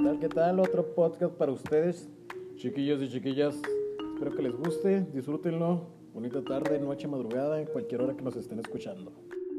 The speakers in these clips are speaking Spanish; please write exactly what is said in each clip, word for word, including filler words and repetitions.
tal? ¿Qué tal? Otro podcast para ustedes, chiquillos y chiquillas. Espero que les guste, disfrútenlo. Bonita tarde, noche, madrugada, en cualquier hora que nos estén escuchando.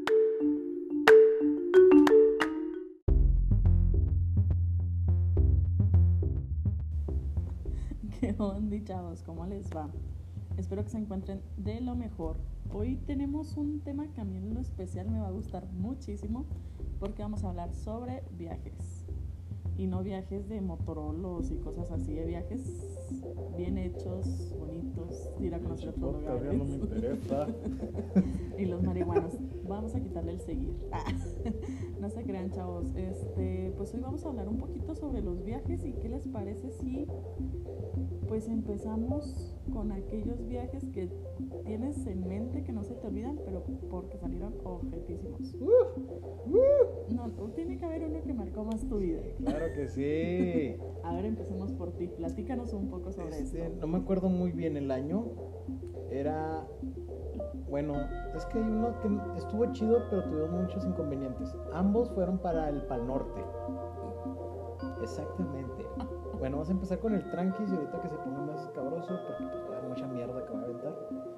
¿Qué onda, chavos? ¿Cómo les va? Espero que se encuentren de lo mejor. Hoy tenemos un tema que a mí en lo especial me va a gustar muchísimo porque vamos a hablar sobre viajes. Y no viajes de motorolos y cosas así, de viajes bien hechos, bonitos, ir a conocer otros lugares. No me interesa. Y los marihuanos. Vamos a quitarle el seguir. Ah, no se crean, chavos. Este, pues hoy vamos a hablar un poquito sobre los viajes y qué les parece si pues empezamos con aquellos viajes que tienes en mente que no se te olvidan, pero porque salieron objetísimos. Uh, uh. No, tiene que haber uno que marcó más tu vida. Claro que sí. A ver, empecemos por ti. Platícanos un poco sobre Este, esto. no me acuerdo muy bien el año. Era... Bueno, es que hay uno que estuvo chido, pero tuvimos muchos inconvenientes. Ambos fueron para el Pal Norte. Exactamente. Bueno, vamos a empezar con el tranquis y ahorita que se ponga más cabroso, porque pues va a haber mucha mierda que va a aventar.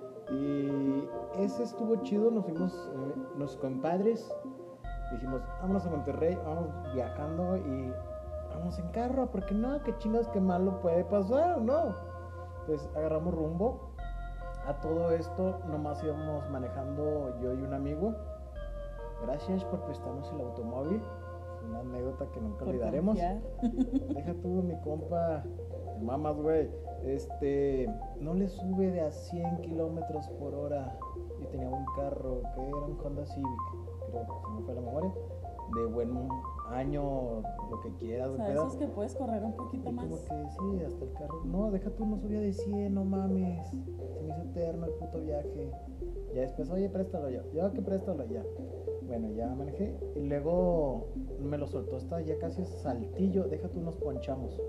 Y ese estuvo chido, nos fuimos, eh, los compadres, dijimos, vámonos a Monterrey, vamos viajando y vamos en carro, porque no, qué chingas, qué malo puede pasar, ¿no? Entonces agarramos rumbo. A todo esto nomás íbamos manejando yo y un amigo. Gracias por prestarnos el automóvil. Una anécdota que nunca Por olvidaremos. confiar. Deja tú, mi compa, te mamas, güey. Este, no le sube de a cien kilómetros por hora. Y tenía un carro que era un Honda Civic, creo, si no fue la memoria, de buen año, lo que quieras. O sea, esos que puedes correr un poquito y más. como que sí, hasta el carro. No, deja tú, no subía de cien, no mames. Se me hizo eterno el puto viaje. Ya después, oye, préstalo ya. Ya que préstalo ya. Bueno, ya manejé. Y luego me lo soltó hasta ya casi Saltillo. Deja tú, nos ponchamos.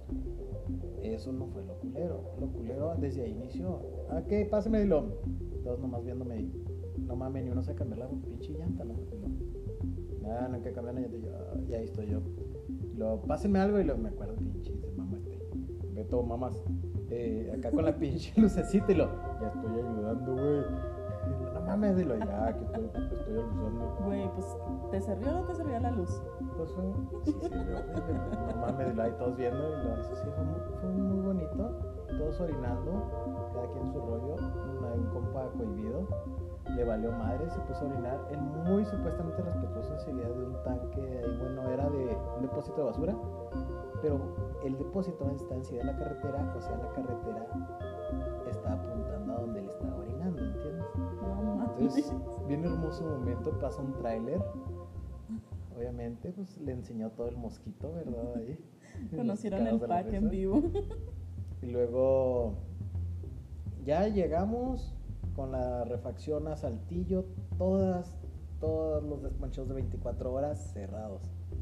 Eso no fue lo culero. Lo culero desde ahí inició. Ah, ¿qué? Pásame de lo. Todos nomás viéndome ahí. No mames, ni uno se cambió la pinche llanta, ¿no? Nada, no hay que cambiar la llanta. Yo, ya ahí estoy yo. Lo, pásenme algo y lo, me acuerdo, pinche, dice, mamá, este. Beto, mamás. Eh, acá con la pinche lucecita y lo. Ya estoy ayudando, güey. No mames, dilo, ya, que estoy, estoy ayudando. Güey, pues, ¿te sirvió o no te sirvió la luz? Pues fue, sí sirvió, güey. No mames, dilo, ahí todos viendo y lo, eso sí, fue muy, fue muy bonito. Todos orinando, cada quien su rollo. Un, un compa cohibido. Le valió madre, se puso a orinar. Él muy supuestamente respetuoso enseguida de un tanque ahí, bueno, era de un depósito de basura, pero el depósito está enseguida de la carretera, o sea, la carretera está apuntando a donde él estaba orinando, ¿entiendes? No mames. Entonces, bien hermoso momento, pasa un tráiler, obviamente, pues le enseñó todo el mosquito, ¿verdad? Ahí. Conocieron el pack en vivo. Y luego ya llegamos con la refacción a Saltillo, todas, todos los despanchos de veinticuatro horas cerrados.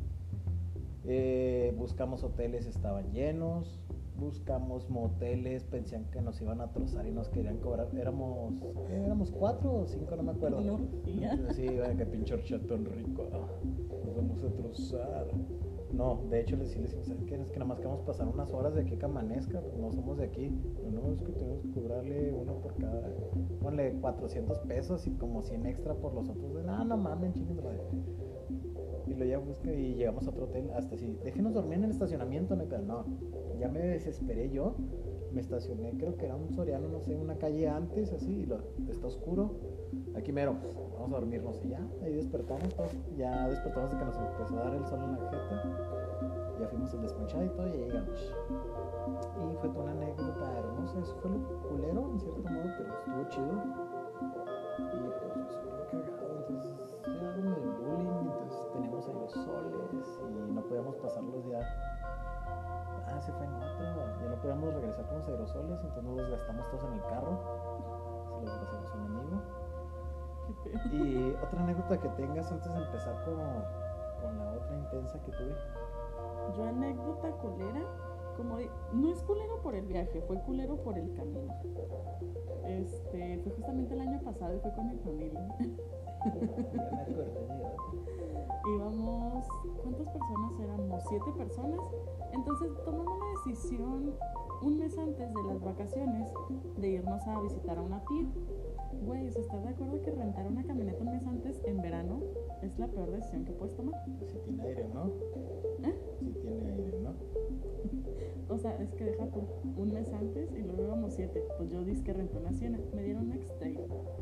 Eh, buscamos hoteles, estaban llenos. Buscamos moteles, pensaban que nos iban a trozar y nos querían cobrar. Éramos, ¿qué? Éramos cuatro o cinco, no me acuerdo. No, ya. Sí, vaya que pinche horchatón rico. Nos vamos a trozar. No, de hecho les decimos, ¿sabes qué? Es que nada más queremos pasar unas horas de aquí que amanezca, pues no somos de aquí. Pero no, es que tenemos que cobrarle uno por cada. Ponle cuatrocientos pesos y como cien extra por los otros. De, no, no mames, chingues de madre. Y lo ya busca y llegamos a otro hotel. Hasta así, déjenos dormir en el estacionamiento, no, no. Ya me desesperé yo. Me estacioné, creo que era un Soriano, no sé, una calle antes, así, y lo, está oscuro. Aquí mero, vamos a dormirnos y ya, ahí despertamos todos, ya despertamos de que nos empezó a dar el sol en la jeta. Ya fuimos al despanchado y todo, y ya llegamos. Y fue toda una anécdota hermosa, eso fue lo culero, en cierto modo, pero estuvo chido. Y pues eso fue lo cagado, entonces ya algo de bullying, entonces teníamos ahí los soles y no podíamos pasarlos ya. Ah, se fue en otro, ya no podíamos regresar con los aerosoles, entonces nos los gastamos todos en el carro. Se los gastamos a un amigo. Qué feo. Y otra anécdota que tengas antes de empezar con, con la otra intensa que tuve. Yo anécdota culera, como de- no es culero por el viaje, fue culero por el camino. Este, fue justamente el año pasado y fue con mi familia. Ya me acordé de otra. Íbamos, ¿cuántas personas? personas, éramos siete personas. Entonces tomamos la decisión un mes antes de las vacaciones de irnos a visitar a una tía. Güey, ¿estás de acuerdo que rentar una camioneta un mes antes en verano es la peor decisión que puedes tomar? Si tiene aire, ¿no? ¿Eh? Si tiene aire, ¿no? O sea, es que deja tú un mes antes y luego íbamos siete. Pues yo dije que renté una Siena, me dieron un X-Trail.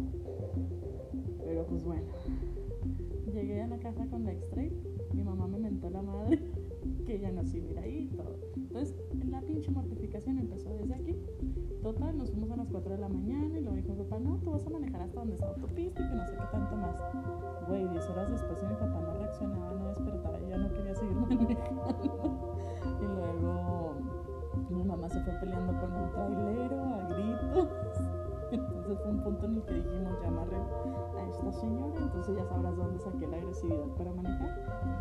Pero pues bueno, llegué a la casa con la X-Trail, mi mamá me mentó la madre, que ya no se iba a ir ahí y todo. Entonces, la pinche mortificación empezó desde aquí. Total, nos fuimos a las cuatro de la mañana y luego dijo mi papá, no, tú vas a manejar hasta donde está autopista y que no sé qué tanto más. Güey, diez horas después mi papá no reaccionaba, no despertaba y ya no quería seguir manejando. Y luego mi mamá se fue peleando con un trailero a gritos. Entonces fue un punto en el que dijimos, ya amarré a esta señora, entonces ya sabrás dónde saqué la agresividad para manejar.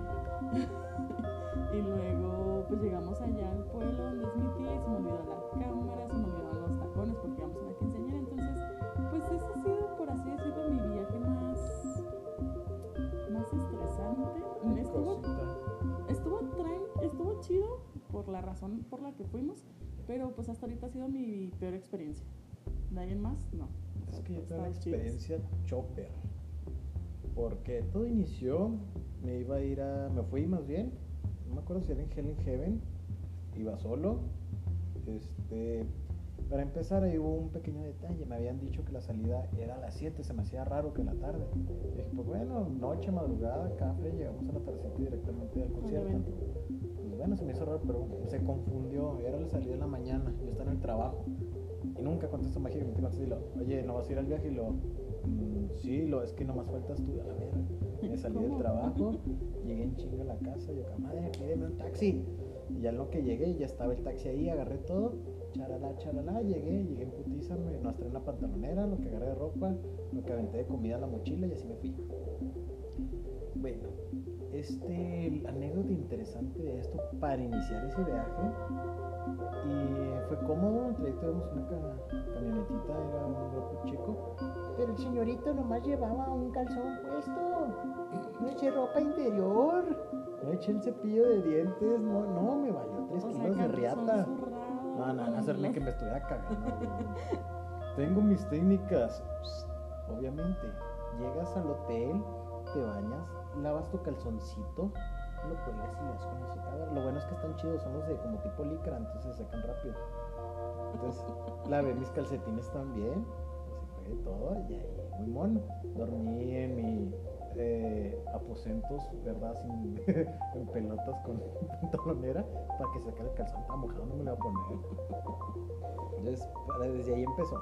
Y luego pues llegamos allá al pueblo donde es mi tía y se me olvidó la cámara, se me olvidaron los tacones porque íbamos a una quinceañera. Entonces pues ese ha sido, por así decirlo, mi viaje más más estresante. Estuvo, estuvo, tran- estuvo chido por la razón por la que fuimos, pero pues hasta ahorita ha sido mi peor experiencia. ¿De ahí en más? No. Es que yo tuve Estaban una experiencia chidos. chopper. Porque todo inició, me iba a ir a. Me fui más bien. No me acuerdo si era en Hell in Heaven. Iba solo. Este. Para empezar, ahí hubo un pequeño detalle. Me habían dicho que la salida era a las siete. Se me hacía raro que en la tarde. Y dije, pues bueno, noche, madrugada, café. Llegamos a la tardecita directamente al concierto. Pues bueno, se me hizo raro, pero se confundió. Era la salida de la mañana. Yo estaba en el trabajo. Y nunca contesto mágicamente, y lo, oye, ¿no vas a ir al viaje? Y lo, mmm, sí, lo, es que nomás faltas tú, a la verga. Me salí del trabajo, llegué en chinga a la casa, yo, madre, pídeme un taxi. Y ya en lo que llegué, ya estaba el taxi ahí, agarré todo, charalá, charalá, llegué, llegué en putiza, me mostré en la pantalonera, lo que agarré de ropa, lo que aventé de comida a la mochila y así me fui. Bueno, este, anécdota interesante de esto para iniciar ese viaje. Y fue cómodo, en trayecto íbamos una ca- camionetita, era un grupo chico, pero el señorito nomás llevaba un calzón puesto, no eché ropa interior, no eché el cepillo de dientes, no, no, me valió tres O sea, kilos de riata. zurrado, No, no, no, hacerme los- que me estuviera cagando. Tengo mis técnicas, psst, obviamente, llegas al hotel, te bañas, lavas tu calzoncito, lo cuelgas y le das con el secador. Lo bueno es que están chidos, son los de como tipo licra, entonces se secan rápido. Entonces lavé mis calcetines también, se fue todo y ahí muy mono. Dormí en mi eh, aposentos, ¿verdad? Sin, en pelotas con pantalonera para que sacara el calzón, estaba mojado, no me lo iba a poner. Entonces para, desde ahí empezó.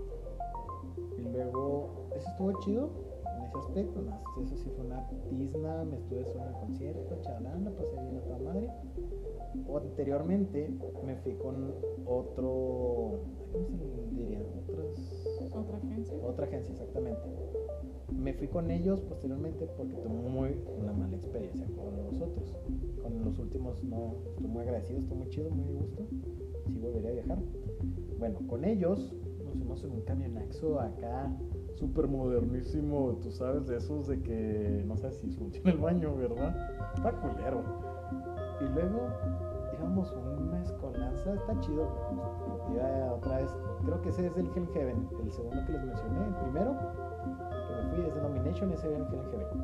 Y luego, eso estuvo chido en ese aspecto, ¿no? Eso sí fue una tizna, me estuve solo en el concierto, chalán, la pasé bien a toda madre. O anteriormente me fui con otro, ¿cómo se diría? Otras, ¿Otra agencia? otra agencia, exactamente. Me fui con ellos posteriormente porque tuve muy una mala experiencia con los otros. Con los últimos no, estoy muy agradecido, estoy muy chido, muy a gusto. Sí volvería a viajar. Bueno, con ellos nos fuimos en un camionaxo acá, súper modernísimo, tú sabes, de esos de que no sé si funciona el baño, ¿verdad? Está culero. Y luego íbamos una mezcolanza, está chido. Iba otra vez, creo que ese es el Hell Heaven, el segundo que les mencioné, el primero que me fui desde Nomination, ese era el Hell Heaven.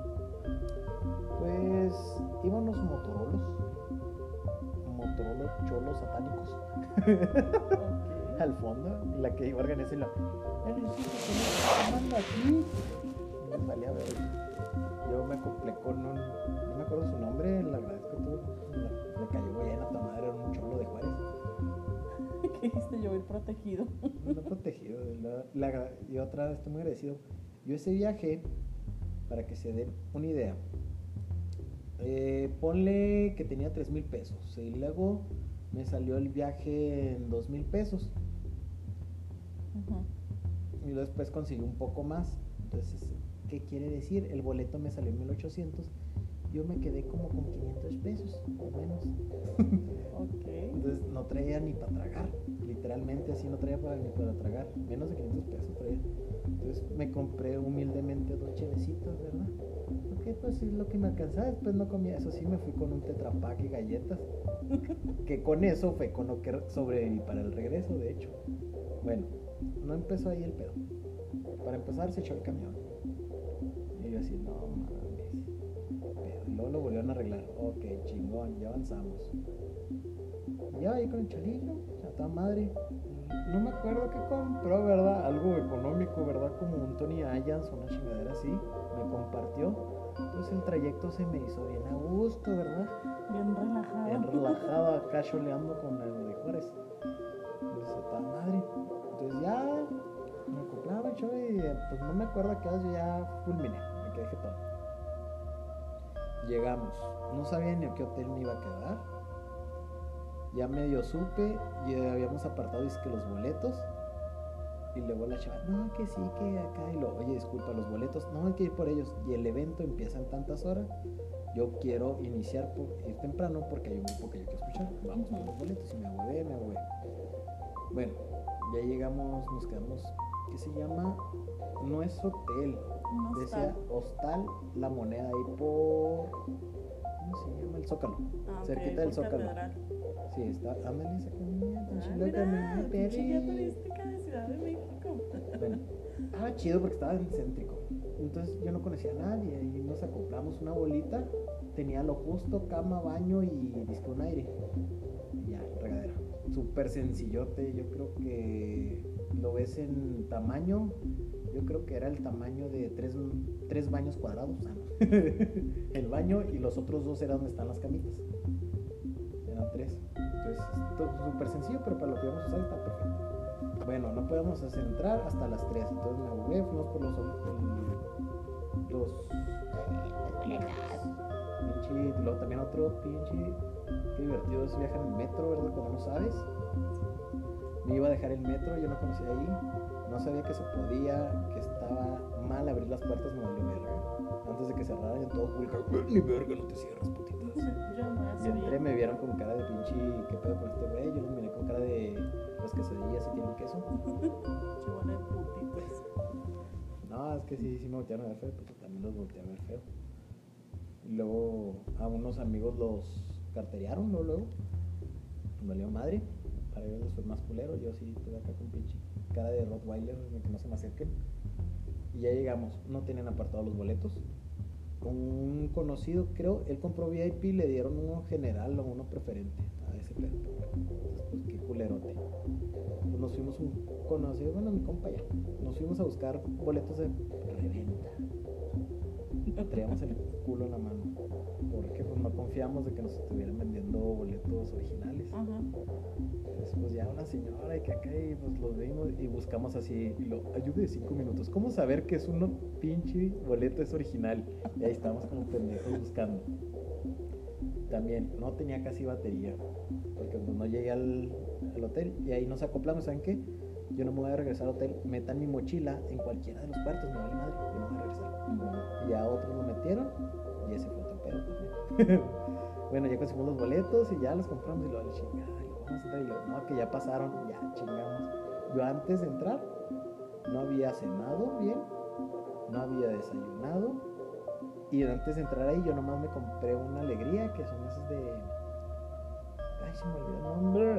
Pues íbamos motorolos, motorolos cholos satánicos. Okay. Al fondo, la que iba a organizar y la manda aquí. Me valía ver. Yo me acoplé con un, no me acuerdo su nombre, le agradezco todo. Me cayó bien a tu madre, era un cholo de Juárez. ¿Qué dijiste? Yo ir protegido. No protegido. La, la, y otra vez estoy muy agradecido. Yo ese viaje, para que se den una idea, eh, ponle que tenía tres mil pesos y luego me salió el viaje en dos mil pesos. Uh-huh. Y después conseguí un poco más. Entonces, ¿qué quiere decir? El boleto me salió en mil ochocientos yo me quedé como con quinientos pesos o menos. Ok. Entonces no traía ni para tragar, literalmente así no traía para, ni para tragar, menos de quinientos pesos traía. Entonces me compré humildemente dos chevecitos, ¿verdad? Porque pues es lo que me alcanzaba, después no comía, eso sí me fui con un Tetra Pak y galletas, que con eso fue con lo que sobreviví para el regreso, de hecho. Bueno, no empezó ahí el pedo. Para empezar se echó el camión. Y yo así, no mames, pedo. Y luego lo volvieron a arreglar. Ok, chingón, ya avanzamos. Y ya ahí con el chalillo, a toda madre. No me acuerdo qué compró, ¿verdad? Algo económico, ¿verdad? Como un Tony Ayans, una chingadera así. Me compartió. Entonces el trayecto se me hizo bien a gusto, ¿verdad? Bien relajado. Bien relajado, acá choleando con el de Juárez. Entonces a toda madre. Entonces ya me acoplaba yo y pues no me acuerdo a qué horas yo ya fulminé, me quedé jetón. Llegamos, no sabía ni a qué hotel me iba a quedar. Ya medio supe, ya habíamos apartado dizque los boletos. Y luego la chava, no, que sí, que acá. Y lo, oye, disculpa, los boletos, no, hay que ir por ellos. Y el evento empieza en tantas horas. Yo quiero iniciar por ir temprano porque hay un grupo que yo quiero escuchar. Vamos por los boletos y me huevé, me huevé. Bueno, ya llegamos, nos quedamos, ¿qué se llama? No es hotel, Un decía hostal. Hostal La Moneda ahí por, ¿cómo se llama? El Zócalo, Ah, ok, cerquita del por Zócalo. Catedral. Sí, está, ándale esa camioneta, Ah, chila, mira, camioneta, pinche guía perri. turística de Ciudad de México. Bueno, estaba chido porque estaba en céntrico. Entonces yo no conocía a nadie y nos acoplamos una bolita. Tenía lo justo, cama, baño y disque un aire. Y ya, regadera. Súper sencillote. Yo creo que lo ves en tamaño. Yo creo que era el tamaño de tres, tres baños cuadrados. Ah, no. El baño y los otros dos eran donde están las camitas. Eran tres. Entonces, súper sencillo, pero para lo que íbamos a usar está perfecto. Bueno, no podíamos entrar hasta las tres. Entonces me aburrí, fuimos por los. Los. Pinche. Luego también otro pinche. Qué divertido es viajar en el metro, ¿verdad? Cuando no sabes. Me iba a dejar el metro, yo no conocía ahí. No sabía que se podía, que estaba mal abrir las puertas, me valió verga. Antes de que cerraran, en todo público. Ni verga, no te cierras, putitas. Yo no Y entré, me vieron con cara de pinche. ¿Qué pedo con este güey? Yo los miré con cara de. Las quesadillas y tienen queso. Chibona de putitas. No, es que sí, sí me voltearon a ver feo, pero también los volteé a ver feo. Y luego a unos amigos los carterearon, luego, luego. Me valió madre. Para ellos les fue más culero. Yo sí tuve acá con pinche cara de Rottweiler, de que no se me acerquen. Y ya llegamos. No tenían apartados los boletos. Un conocido, creo, él compró V I P y le dieron uno general o uno preferente a ese pedo. Entonces, pues qué culerote. Pues nos fuimos un conocido, bueno, mi compa ya. Nos fuimos a buscar boletos de reventa. Traíamos el culo en la mano. Porque pues no confiamos de que nos estuvieran vendiendo boletos originales. Ajá. Entonces, pues ya una señora y que acá y pues los vimos y buscamos así y lo ayude de cinco minutos. ¿Cómo saber que es uno pinche boleto es original? Y ahí estábamos como pendejos buscando. También no tenía casi batería porque pues, no llegué al, al hotel y ahí nos acoplamos. ¿Saben qué? Yo no me voy a regresar al hotel, metan mi mochila en cualquiera de los cuartos, me vale madre, yo no voy a regresar. Uh-huh. Y ya otros lo metieron y ese fue otro pedo también. Bueno, ya conseguimos los boletos y ya los compramos y lo chingada, y lo vamos a entrar y lo, no, que ya pasaron, ya chingamos. Yo antes de entrar no había cenado bien, no había desayunado y antes de entrar ahí yo nomás me compré una alegría que son esas de, ay, se me olvidó el nombre.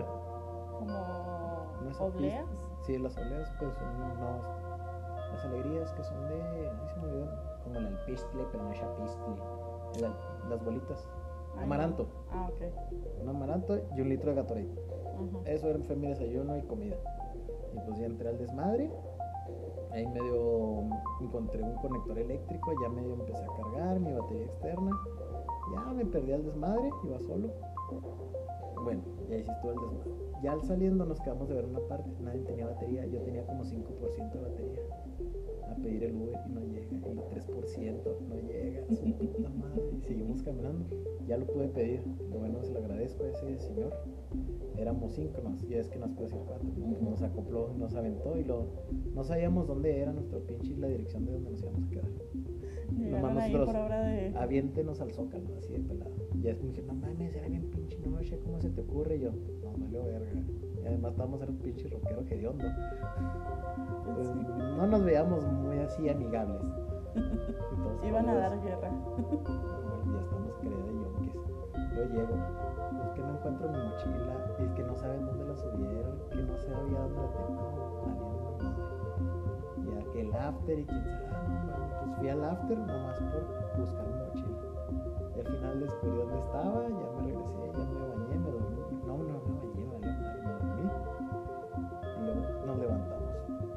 Como obleas. Sí, las obleas pues son no, las alegrías que son de, ay, se me olvidó, como el alpistle, pero no es apistle, el, las bolitas. Amaranto. Ah, ok. Un amaranto y un litro de Gatorade. Uh-huh. Eso era, fue mi desayuno y comida. Y pues ya entré al desmadre. Ahí medio encontré un conector eléctrico. Ya medio empecé a cargar mi batería externa. Ya me perdí al desmadre. Iba solo. Bueno, ya hice todo el desmadre. Ya al saliendo nos quedamos de ver una parte. Nadie tenía batería. Yo tenía como cinco por ciento de batería. A pedir el Uber y no llega. Y tres por ciento no llega. Su puta madre. Y seguimos caminando. Ya lo pude pedir. Lo bueno, se lo agradezco a ese señor. Éramos cinco, nos, ya es que nos puede decir cuatro. Uh-huh. Nos acopló, nos aventó y lo, no sabíamos dónde era nuestro pinche y la dirección de donde nos íbamos a quedar. Llegaron ahí por obra de... aviéntenos al Zócalo, así de pelado. Ya es me dijeron, no mames, era bien pinche noche, ¿cómo se te ocurre? Y yo, no, valió verga. Y además estábamos en un pinche rockero hediondo. Pues, no nos veíamos muy así amigables. Iban a dar guerra. Ya estamos creada de yonques. Yo llego, es que no encuentro mi mochila, es que no saben dónde la subieron, que no sé había dónde la tengo, valiendo madre. Ya que el after y quién sabe, ah, no, no, pues fui al after nomás por buscar mi mochila. Y al final descubrí dónde estaba, ya me regresé, ya me bañé, me dormí. No, no, no me bañé, vale madre, me dormí. Y luego nos levantamos.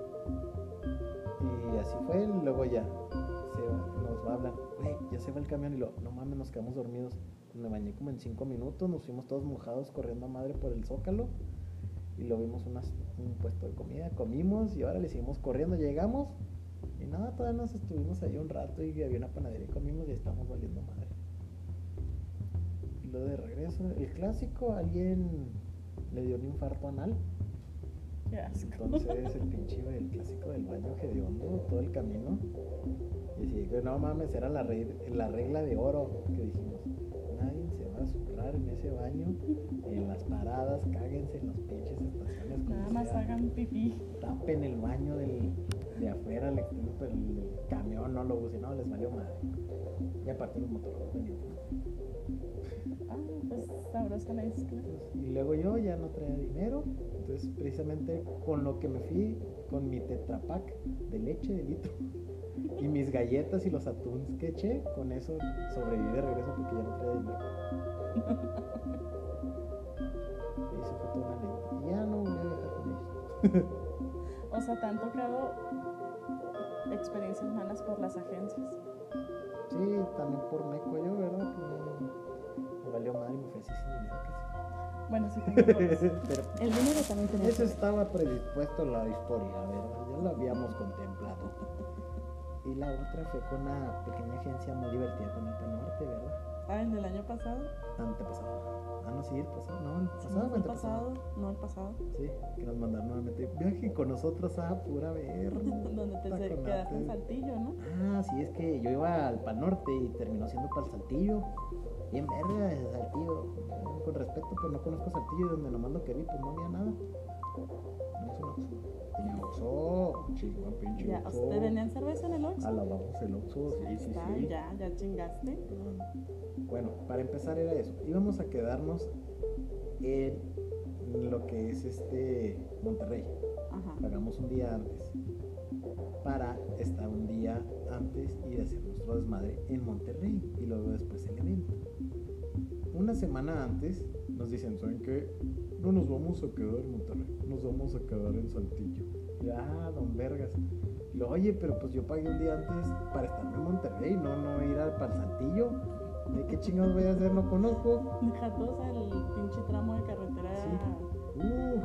Y así fue, y luego ya se va, nos va a hablar, güey, ya se va el camión y lo, no mames, nos quedamos dormidos. Me bañé como en cinco minutos, nos fuimos todos mojados corriendo a madre por el Zócalo y lo vimos unas, un puesto de comida, comimos y ahora le seguimos corriendo, llegamos y nada, todavía nos estuvimos ahí un rato y había una panadería y comimos y estamos valiendo madre. Y luego de regreso, el clásico, alguien le dio un infarto anal. Qué asco. Entonces el pinche el clásico del baño hediondo todo el camino. Y así que no mames, era la, re, la regla de oro que dijimos. Nadie se va a zurrar en ese baño, en las paradas, cáguense en las pinches estaciones. Nada más sea. Hagan pipí. Tapen el baño del, de afuera, el, el, el camión, no lo usen, no, les valió madre. Y aparte los motores venían. Ah, pues sabrosa la mezcla. Y luego yo ya no traía dinero, entonces precisamente con lo que me fui, con mi Tetra Pak de leche de litro y mis galletas y los atunes que eché, con eso sobreviví de regreso porque ya no traía dinero. Y eso fue toda una anécdota. Y ya no volví a viajar con ellos. O sea, ¿te han tocado experiencias malas por las agencias? Sí, también por meco yo, ¿verdad? Pues, me valió madre y me fui así sin dinero casi. Bueno, sí tengo por eso. Pero el dinero también tenía. eso estaba predispuesto a la historia, ¿verdad? Ya lo habíamos contemplado. Y la otra fue con una pequeña agencia muy divertida con el Panorte, ¿verdad? Ah, ¿el del año pasado? Antepasado. Ah, no, sí, el pasado. No, el pasado. No, el pasado. No, el pasado. Sí, que nos mandaron nuevamente. Viajen con nosotros a pura ver. Donde te se quedaste en Saltillo, ¿no? Ah, sí, es que yo iba al Panorte y terminó siendo para el Saltillo. Bien verga ese Saltillo. Con respeto, pero no conozco Saltillo y donde nomás lo que vi, pues no había nada. No es un Oxxo. Tenía Oxxo, chingón, pinche ya, Oxxo. ¿te vendían cerveza en el Oxxo? Alabamos el Oxxo, sí, sí, está, sí. Ya, ya chingaste. Bueno, para empezar era eso. Íbamos a quedarnos en lo que es este Monterrey. Ajá. Pagamos un día antes para estar un día antes y hacer nuestro desmadre en Monterrey y luego después el evento. Una semana antes nos dicen, ¿saben qué? No nos vamos a quedar en Monterrey, nos vamos a quedar en Saltillo. Y, ah, don vergas. Y lo, oye, pero pues yo pagué un día antes para estar en Monterrey, no, no ir al para Saltillo. ¿De qué chingados voy a hacer? No conozco. Deja todos el pinche tramo de carretera. Sí. Uh,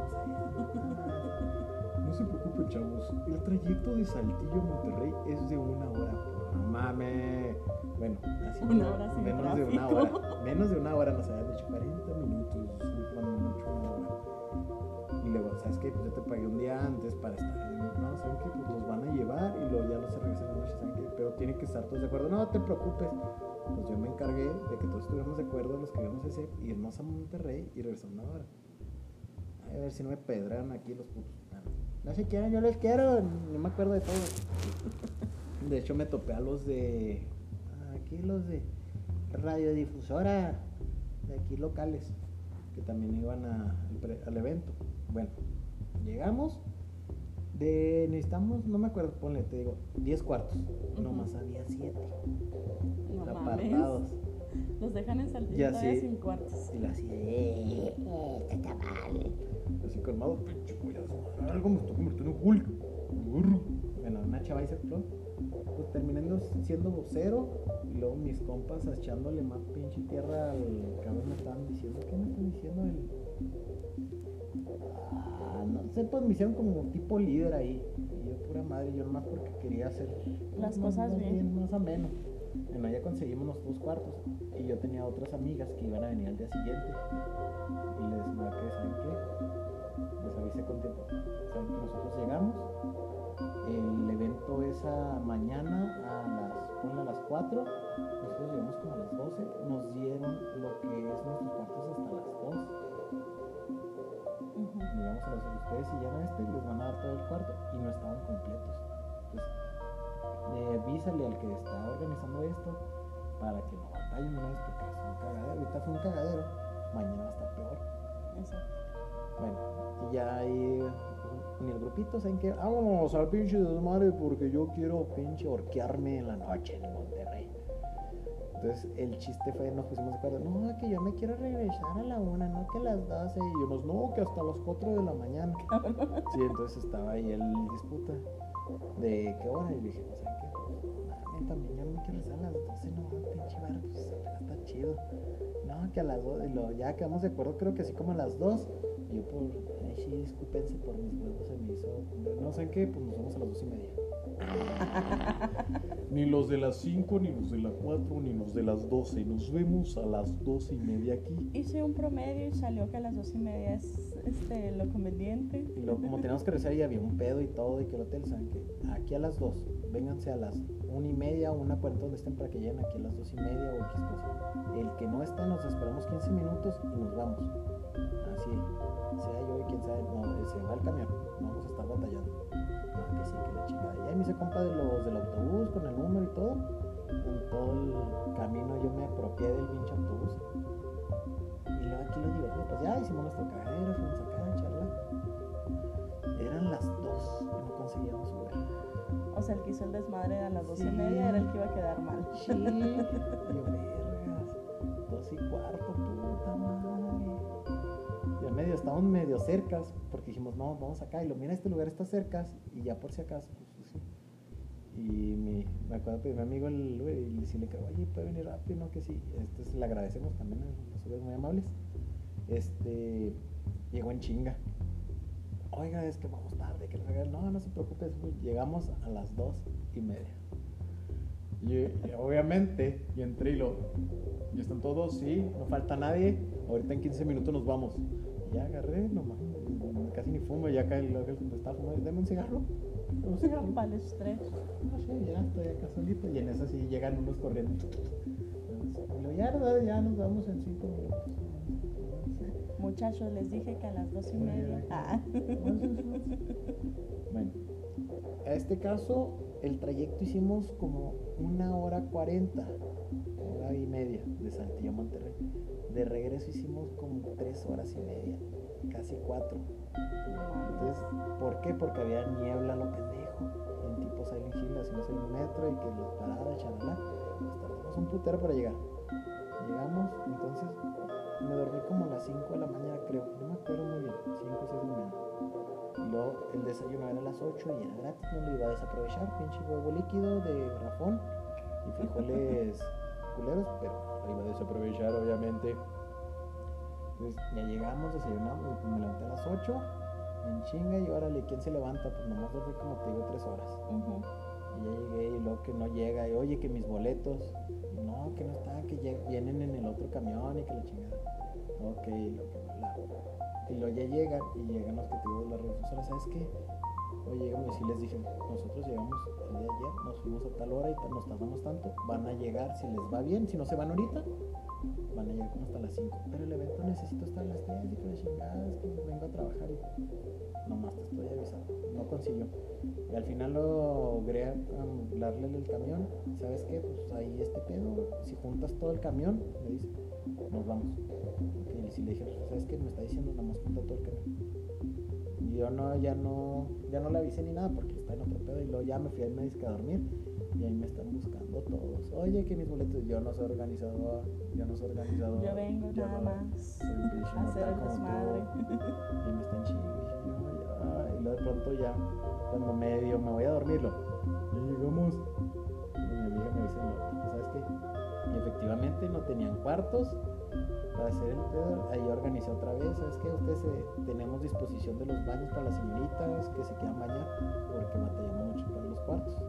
no se preocupen, chavos. El trayecto de Saltillo a Monterrey es de una hora. No mames. Bueno, así. Una hora sin menos tráfico. de una hora. Menos de una hora nos habían dicho cuarenta minutos. Cuando mucho una hora. Y luego, ¿sabes qué? Pues yo te pagué un día antes para estar en. No, ¿saben qué? Pues los van a llevar y luego ya los se regresan en la noche, ¿saben qué? Pero tienen que estar todos de acuerdo. No te preocupes. Pues yo me encargué de que todos estuviéramos de acuerdo, los que íbamos a hacer, irnos a Monterrey y regresar una hora. A ver si no me pedran aquí los putos. No sé quién, yo les quiero, no me acuerdo de todo. De hecho me topé a los de, aquí los de radiodifusora, de aquí locales, que también iban a, al evento. Bueno, llegamos, de, necesitamos, no me acuerdo, ponle, te digo, diez cuartos, uh-huh. Nomás había siete. No apartados. Mames. Los dejan en Saltillo ya todavía sí. sin cuartos. Y la así, eh, está mal. Así calmado, pinche pollazo. Algo me estoy convirtiendo en Hulk. Bueno, una chava hizo flor. Pues terminé siendo vocero. Y luego mis compas echándole más pinche tierra al cabrón. Me estaban diciendo, ¿qué me están diciendo? El... Ah, no sé, pues me hicieron como tipo líder ahí. Y yo, pura madre, yo nomás porque quería hacer las más, cosas más bien. bien, más ameno. Bueno, ya conseguimos los dos cuartos y yo tenía otras amigas que iban a venir al día siguiente y les marqué, ¿saben qué? Les avisé con tiempo, ¿saben que nosotros llegamos? El evento es a mañana a las, ponle a las cuatro. Nosotros llegamos como a las doce. Nos dieron lo que es nuestros cuartos hasta las dos. Ujú. Llegamos a los de ustedes y ya no este, les van a dar todo el cuarto y no estaban completos. Entonces, eh, avísale al que está organizando esto para que no batallen una vez porque es un cagadero. Ahorita fue un cagadero, mañana va a estar peor. Exacto. Bueno, y ya ahí en el grupito, ¿saben qué? Vámonos al pinche desmadre porque yo quiero pinche horquearme en la noche en Monterrey. Entonces el chiste fue, nos pusimos de acuerdo, no, que yo me quiero regresar a la una, no que a las doce, y unos, no, que hasta las cuatro de la mañana. Sí, entonces estaba ahí el disputa de qué hora, y le dije, ¿saben qué? Pues, no, también yo no me quiero regresar a las doce, no, pinche bar, pues apenas está chido. No, que a las dos, y lo, ya quedamos de acuerdo, creo que así como a las dos, y yo por, ay, sí, discúpense por mis huevos, se me hizo, no sé qué, pues nos vamos a las dos y media. Ni los de las cinco, ni los de las cuatro, ni los de las doce. Nos vemos a las dos y media aquí. Hice un promedio y salió que a las dos y media es este, lo conveniente. Y luego, como teníamos que regresar y había un pedo y todo, y que el hotel, ¿saben qué? Aquí a las dos, vénganse a las una y media, una puerta donde estén para que lleguen aquí a las dos y media o X cosa. El que no esté, nos esperamos quince minutos y nos vamos. Así, sea yo y quien sea, no, se va el camión, no vamos a estar batallando. Ah, que sí, que la chingada. Y ahí me hice compa de los del autobús con el número y todo. En todo el camino yo me apropié del pinche autobús. Y luego aquí lo divertido, pues ya hicimos nuestro cagadero, fuimos acá a charlar. Eran las dos y no conseguíamos Uber. O sea, el que hizo el desmadre a las dos Sí. y media era el que iba a quedar mal. Sí, y yo, vergas, dos y cuarto, puta madre. Y al medio, estábamos medio cercas, porque dijimos, no, vamos acá, y lo mira, este lugar está cercas, y ya por si acaso, pues sí. Y mi, me acuerdo que mi amigo, el güey, y sí le creo, oye, puede venir rápido, no, que sí. Este, le agradecemos también, a su vez muy amables. Este, llegó en chinga. Oiga, es que vamos tarde, que le no, no se preocupe, llegamos a las dos y media. Y, y obviamente, y entré y lo, ¿ya están todos? Sí, no falta nadie, ahorita en quince minutos nos vamos. Y ya agarré, nomás, casi ni fumo, ya acá el que estaba fumando, deme un cigarro, deme un cigarro. Vale, es tres. No sé, ya estoy acá solito, y en eso sí llegan unos corriendo. Y lo, ya, ya nos vamos en cinco minutos. Muchachos, les dije que a las dos y media. Ah. Bueno, a este caso, el trayecto hicimos como una hora cuarenta, hora y media de Saltillo a Monterrey. De regreso hicimos como tres horas y media, casi cuatro. Entonces, ¿por qué? Porque había niebla, lo pendejo. En tipo Silent Hill, hacíamos el metro y que las paradas, charalá. Pues tardamos un putero para llegar. Llegamos, entonces me dormí como a las cinco de la mañana, creo. No me acuerdo muy bien, cinco o seis de la mañana. Y luego el desayuno era a las ocho y era gratis, no lo iba a desaprovechar. Pinche huevo líquido de rafón y frijoles culeros, pero no lo iba a desaprovechar, obviamente. Entonces ya llegamos, desayunamos, y pues me levanté a las ocho, en chinga, y órale, ¿quién se levanta? Pues nomás dormí como te digo tres horas. Uh-huh. Y ya llegué y luego que no llega, y oye, que mis boletos, y no, que no están, que lleg- vienen en el otro camión y que la chingada. Ok, lo que la. Y luego ya llegan, y llegan los que te digo de la refusora, ¿sabes qué? Oye, llegamos y sí les dije, nosotros llegamos el día de ayer, nos fuimos a tal hora y ta- nos tardamos tanto, van a llegar, si les va bien, si no se van ahorita, van a llegar como hasta las cinco. Pero el evento necesito estar a las tres y que la chingada, es que vengo a trabajar y nomás te estoy avisando. No consiguió. Y al final logré um, hablarle el camión. ¿Sabes qué? Pues ahí este pedo, si juntas todo el camión, me dice, nos vamos. Y si le dije, ¿sabes qué? Me está diciendo, nada más junta todo el camión. Y yo no, ya no, ya no le avisé ni nada porque está en otro pedo. Y luego ya me fui al médico a dormir. Y ahí me están buscando todos. Oye, que mis boletos, yo no soy organizador, yo no soy organizador. Yo vengo yo nada no, más soy un pinche a hacer mortal el como desmadre. tú. Y me están chingando. Y luego de pronto ya, cuando medio me voy a dormirlo, ya llegamos. Y mi amiga me dice, no, ¿sabes qué? Y efectivamente no tenían cuartos para hacer el pedo. Ahí organizé otra vez, ¿sabes qué? Ustedes eh, tenemos disposición de los baños para las señoritas que se quieran bañar porque batallamos mucho para los cuartos.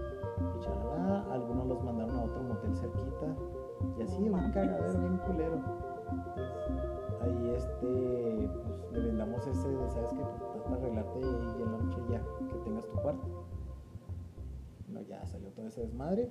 Y charalá, algunos los mandaron a otro motel cerquita. Y así, No un mames. cagadero bien culero. Entonces, ahí este, pues le vendamos ese de, ¿sabes qué? Pues estás para arreglarte y en la noche ya, que tengas tu cuarto. No, ya salió todo ese desmadre.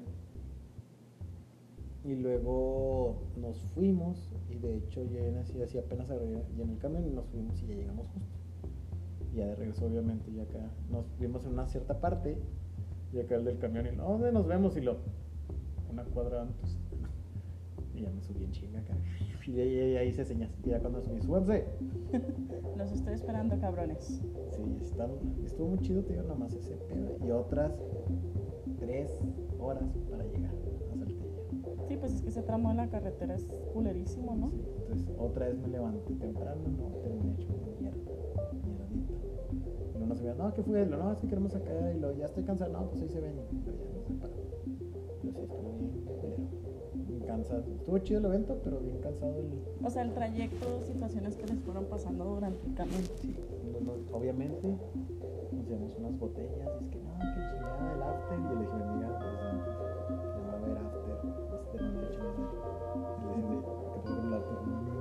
Y luego nos fuimos, y de hecho yo así, así apenas agarré ya en el camión y nos fuimos y ya llegamos justo. Y ya de regreso obviamente ya acá nos vimos en una cierta parte, y acá el del camión y no, ¿dónde nos vemos? Y lo, una cuadra antes. Y ya me subí en chinga acá. Y ahí, ahí, ahí hice señas. Y ya cuando subí, súbanse. Los estoy esperando, cabrones. Sí, está, estuvo muy chido, te digo, nomás ese pedo. Y otras tres horas para llegar a Saltillo. Sí, pues es que ese tramo de la carretera es culerísimo, ¿no? Sí, entonces otra vez me levanté temprano, no, terminé hecho una mierda, mierdito. Y luego se me no, ¿qué fue? No, es que queremos acá, y luego ya estoy cansado, no, pues ahí se ven, pero ya no se para. Pero sí, estuvo bien, pero bien cansado. Estuvo chido el evento, pero bien cansado el... O sea, el trayecto, situaciones que les fueron pasando durante el camino. Sí, no, no, obviamente nos llevamos unas botellas, y es que no, que chingada el after, y yo le dije a mi amiga, o sea, no va a haber after, vas a terminar hecho mierda. Y le dije, ¿qué pasó con el after?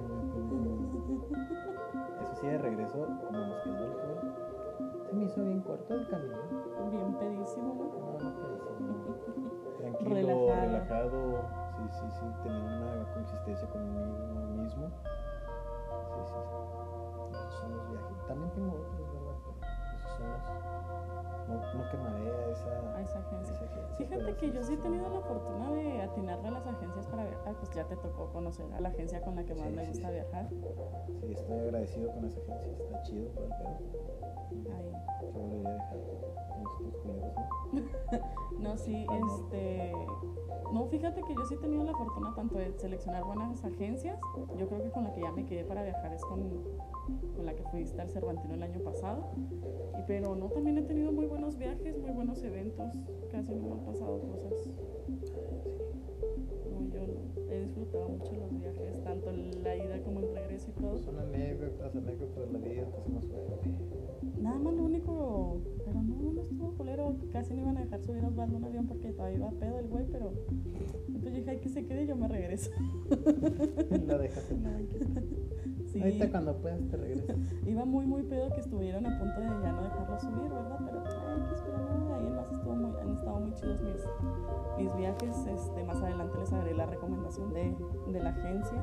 Eso sí, de regreso, como nos quedó alcohol, se me hizo bien corto el camino. Bien pedísimo, ¿no? No, no pedísimo. Tranquilo, Relajado. relajado. Sí, sí, sí, tenía una consistencia conmigo mismo. Sí, sí, sí. Esos son los viajes. También tengo otros, ¿verdad? Pero esos son los... No, no que marea esa, A esa agencia. esa agencia. Fíjate pero que sí, yo sí he sí. tenido la fortuna de atinarle a las agencias para viajar. Pues ya te tocó conocer a la agencia con la que más Sí, me sí, gusta sí. viajar. Sí, estoy agradecido con esa agencia. Está chido todo el pedo. Ahí. Se volvería a dejar con estos culeros, ¿no? No, sí, Por amor. este... No, fíjate que yo sí he tenido la fortuna tanto de seleccionar buenas agencias. Yo creo que con la que ya me quedé para viajar es con, con la que fuiste al Cervantino el año pasado. Y, pero no, también he tenido muy buenos viajes, muy buenos eventos. Casi no me han pasado cosas. No, yo no. He disfrutado mucho los viajes, tanto la ida como el regreso y todo. Son anécdotas, anécdotas de la vida, te hacemos suerte. Nada más lo único, pero no, no estuvo culero. Casi no iban a dejar subir a Osvaldo a un avión porque todavía iba a pedo el güey, pero entonces dije, ay, que se quede y yo me regreso. La dejas en la banqueta. Sí, Ahorita cuando puedas te regresas. iba muy, muy pedo que estuvieron a punto de ya no dejarlo subir, ¿verdad? Pero, ay, que espera, no, ahí en más estuvo muy, han estado muy chidos mis, mis viajes. Este, más adelante les haré la recomendación de, de la agencia.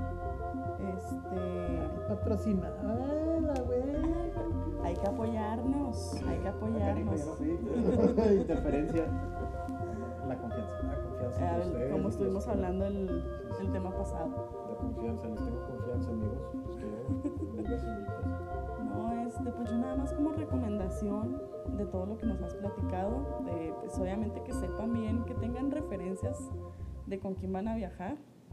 Este... Patrocinada, güey. Hay que apoyarnos, hay que apoyarnos. Interferencia. La confianza, la confianza. Eh, entre ustedes, como los estuvimos que- hablando el, Sí, sí, el tema pasado. La confianza, les tengo confianza, amigos. Los quiero. Vengas y No, este, pues yo nada más como recomendación de todo lo que nos has platicado, de, pues obviamente que sepan bien, que tengan referencias de con quién van a viajar.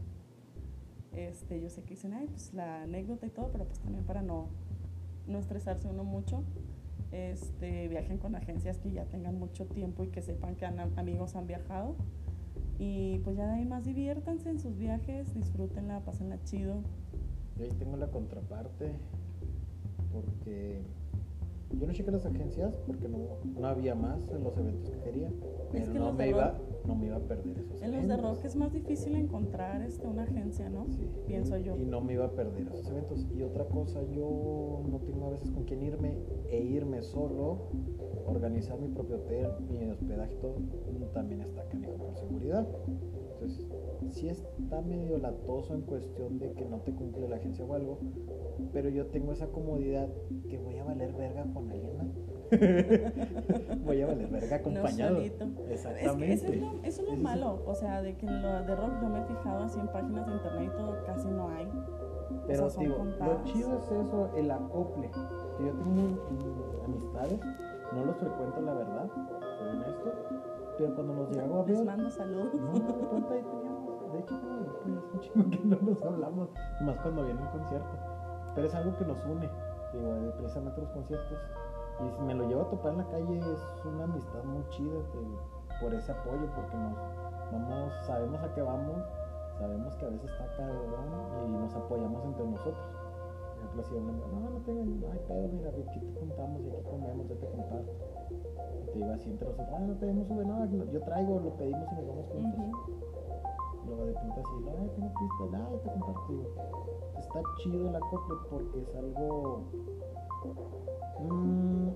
Este, yo sé que dicen, ay, pues la anécdota y todo, pero pues también para no, no estresarse uno mucho. Este, viajen con agencias que ya tengan mucho tiempo y que sepan que han- amigos han viajado. Y pues ya de ahí más diviértanse en sus viajes, disfrútenla, pásenla chido. Y ahí tengo la contraparte, porque yo no chequé las agencias porque no, no había más en los eventos que quería, pero que no, los me de iba, rock- no me iba a perder esos En los de eventos. rock es más difícil encontrar este, una agencia, ¿no? Sí, Pienso y, yo. y no me iba a perder esos eventos. Y otra cosa, yo no tengo a veces con quién irme e irme solo, organizar mi propio hotel, mi hospedaje y todo, también está canijo por seguridad. Entonces, sí está medio latoso en cuestión de que no te cumple la agencia o algo, pero yo tengo esa comodidad que voy a valer verga con alguien más. Voy a valer verga acompañado. No solito. Exactamente. Es que eso es lo, eso es lo Ese es- malo, o sea, de que en lo de rock yo me he fijado así en páginas de internet y todo, casi no hay. Pero o sea, son digo, contadas. lo chido es eso, el acople. Que yo tengo mm, amistades, no los frecuento la verdad, soy honesto, pero cuando los llego a Les ver, mando saludos. no, de pronto ahí teníamos, de hecho como grupo ya es un chingo que no nos hablamos, más cuando viene un concierto, pero es algo que nos une, digo, eh, precisamente los conciertos, y si me lo llevo a topar en la calle es una amistad muy chida de- por ese apoyo, porque nos vamos, sabemos a qué vamos, sabemos que a veces está cabrón y nos apoyamos entre nosotros. Por ejemplo, si un amigo, no, no tengo, no hay pedo, mira, aquí te juntamos y aquí comemos, yo te comparto. Y te iba así entre nosotros, ah, no tenemos sube, no, yo traigo, lo pedimos y nos vamos juntos. Ujú. Luego de pronto así, ay, tengo pistas, ay, te comparto. Digo, está chido el acople porque es algo... Mmm,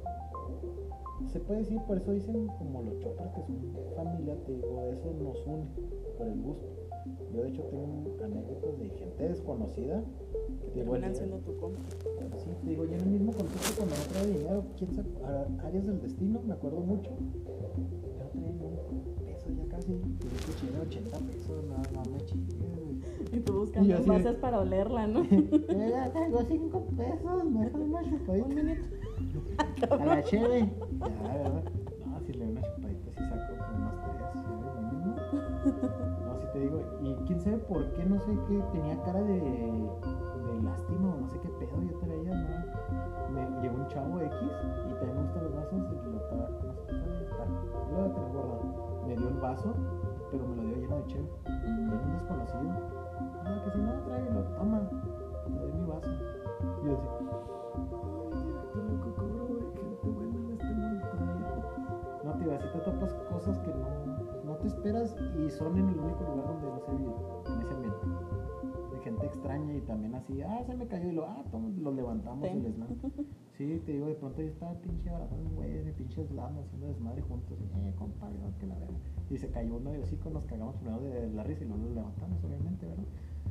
se puede decir, por eso dicen como los choppers que son familia, te digo, eso nos une por el gusto. Yo de hecho tengo anécdotas de gente desconocida que te terminan siendo tu compa. Sí, te digo, yo en el mismo contexto cuando no trae dinero, quién sabe, a- Áreas del Destino, me acuerdo mucho. Yo traía un peso ya casi, yo escuché de ochenta pesos, no, no me chingues, güey. Y tú buscando Y yo así de- envases para olerla, ¿no? Yo ya traigo cinco pesos, me dejan una chupadita. Un minuto. A la cheve. Ya, ¿verdad? No, si le doy una chupadita, sí saco como unos tres, ¿sí? Mínimo. No, sí te digo, y quién sabe por qué, no sé qué, tenía cara de, de lástima o no sé qué pedo yo traía, ¿no? Me llegó un chavo X y también me gustan los vasos y lo estaba, no sé qué tal, está, yo lo voy a tener guardado. Me dio el vaso, pero me lo dio lleno de cheve. Era un desconocido. Ah, que si no, tráelo, toma, te doy mi vaso. Y yo decía, ay, directo loco, cobro, güey, gente buena en este mundo todavía. No, te digo, así te topas cosas que no, no te esperas y son en el único lugar donde los he vivido, en ese ambiente. De gente extraña y también así, ah, se me cayó y lo, ah, toma, lo levantamos Ten. y les damos. Sí, te digo, de pronto yo estaba pinche abrazando un güey de pinche slam haciendo desmadre juntos. Y, eh, compadre, no, que la verga. Y se cayó uno de hocico, nos cagamos primero de la risa y luego lo levantamos, obviamente, ¿verdad?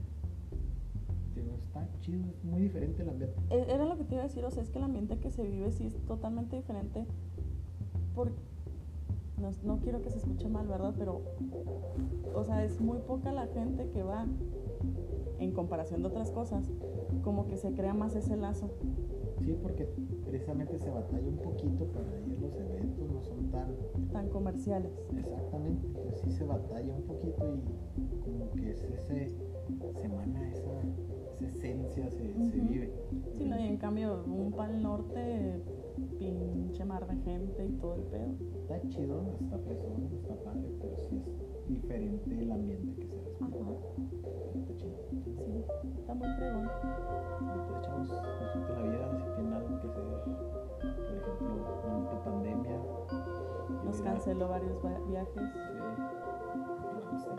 Digo, está chido, es muy diferente el ambiente. E- Era lo que te iba a decir, o sea, es que el ambiente que se vive sí es totalmente diferente. Por... No, no quiero que se escuche mal, ¿verdad? Pero, o sea, es muy poca la gente que va, en comparación de otras cosas, como que se crea más ese lazo. Sí, porque precisamente se batalla un poquito para ir los eventos, no son tan... Tan comerciales. Exactamente, pues sí se batalla un poquito y como que es ese, se emana esa, esa esencia, se, Uh-huh. se vive. Sí, no, y en cambio, un pal norte, pinche mar de gente y todo el pedo. Está chido, está fresón, está padre, pero sí es diferente el ambiente que se respira. Ajá. Está chido. Sí, está muy fregón. Entonces, chavos, disfruten la vida, si tienen algo que hacer, por ejemplo, en esta pandemia. Nos ir a- canceló varios va- viajes. Sí.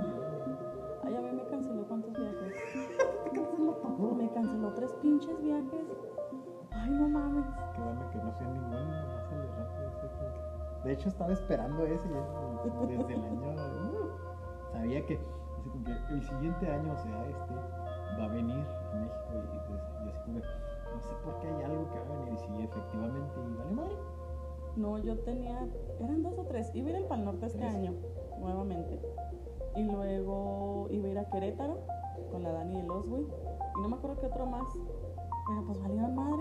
Ay, a mí me canceló cuántos viajes. Te canceló todo. Me canceló tres pinches viajes. Ay, no mames. Qué bueno que no sea ninguno, pásale rápido, ese como que- De hecho, estaba esperando ese ya desde el año. uh, sabía que, así como que el siguiente año, o sea, este, va a venir a México y, y pues, y así como que, no sé por qué hay algo que va a venir y sí, efectivamente, y vale madre. No, yo tenía, eran dos o tres. Iba a ir al Pal Norte este Tres. año, nuevamente. Y luego iba a ir a Querétaro con la Dani de Losway. Y no me acuerdo qué otro más. Pero pues valieron madre.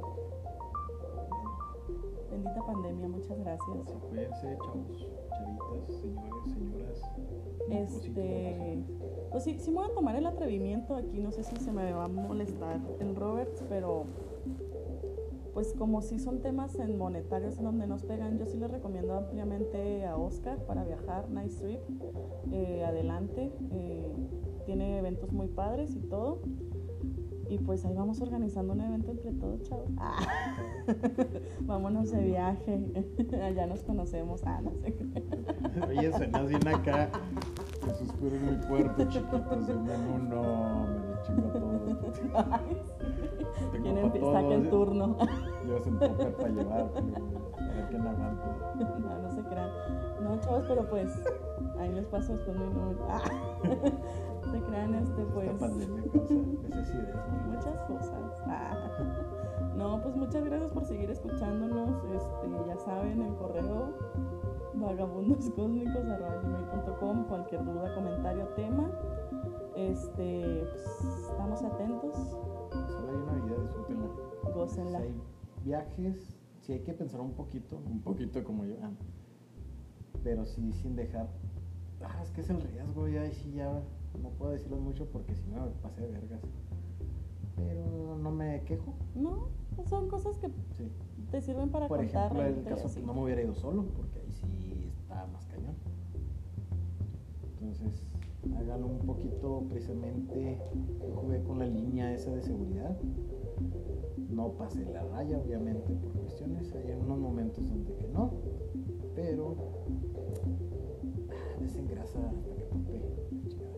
Bendita pandemia, muchas gracias. Así cuídense, chavos, chavitas, señores, señoras. Este, pues sí, sí me voy a tomar el atrevimiento aquí, no sé si se me va a molestar el Roberts, pero pues como sí son temas en monetarios en donde nos pegan, yo sí les recomiendo ampliamente a Oscar para viajar, Nice Trip, eh, adelante, eh, tiene eventos muy padres y todo. Y pues ahí vamos organizando un evento entre todos, chavos. Ah. Vámonos de viaje. Allá nos conocemos. Ah, no sé qué. Oye, suenas bien acá. Esos cueros muy fuertes, chiquitos. De menú, no, me lo chingo todo. Ay, sí. Tengo ¿Quién pa' empieza todos, que el ¿eh? turno? Llevas un popper para llevar, pero a ver quién aguanta. No, no se crean. No, chavos, pero pues ahí les paso después mi número. Ah. Se crean este, pues. Esta pandemia causa necesidades muy Muchas cosas. Ah. No, pues muchas gracias por seguir escuchándonos. Este, ya saben, el correo vagabundoscósmicos arroba gmail punto com, cualquier duda, comentario, tema. Este, pues, estamos atentos, Solo hay una vida, disfrútenla. gócenla. Si hay viajes, sí hay que pensar un poquito, un poquito como yo, pero sí sin dejar. Ah, es que es el riesgo, ya, y sí, ya no puedo decirlo mucho porque si no me pasé de vergas. Pero no me quejo. No, pues son cosas que Sí. te sirven para Por contar. ejemplo, el reírte y caso así. no me hubiera ido solo porque ahí sí está más cañón. Entonces, háganlo un poquito precisamente. Yo jugué con la línea esa de seguridad. No pasé la raya, obviamente, por cuestiones. Hay unos momentos donde que no, pero ah, desengrasa hasta que tope. Chingada.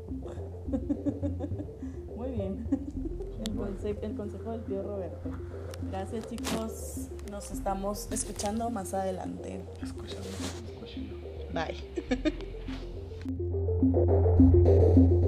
Muy bien. El, conse- el consejo del tío Roberto. Gracias, chicos. Nos estamos escuchando más adelante. Escuchando, escuchando. Bye.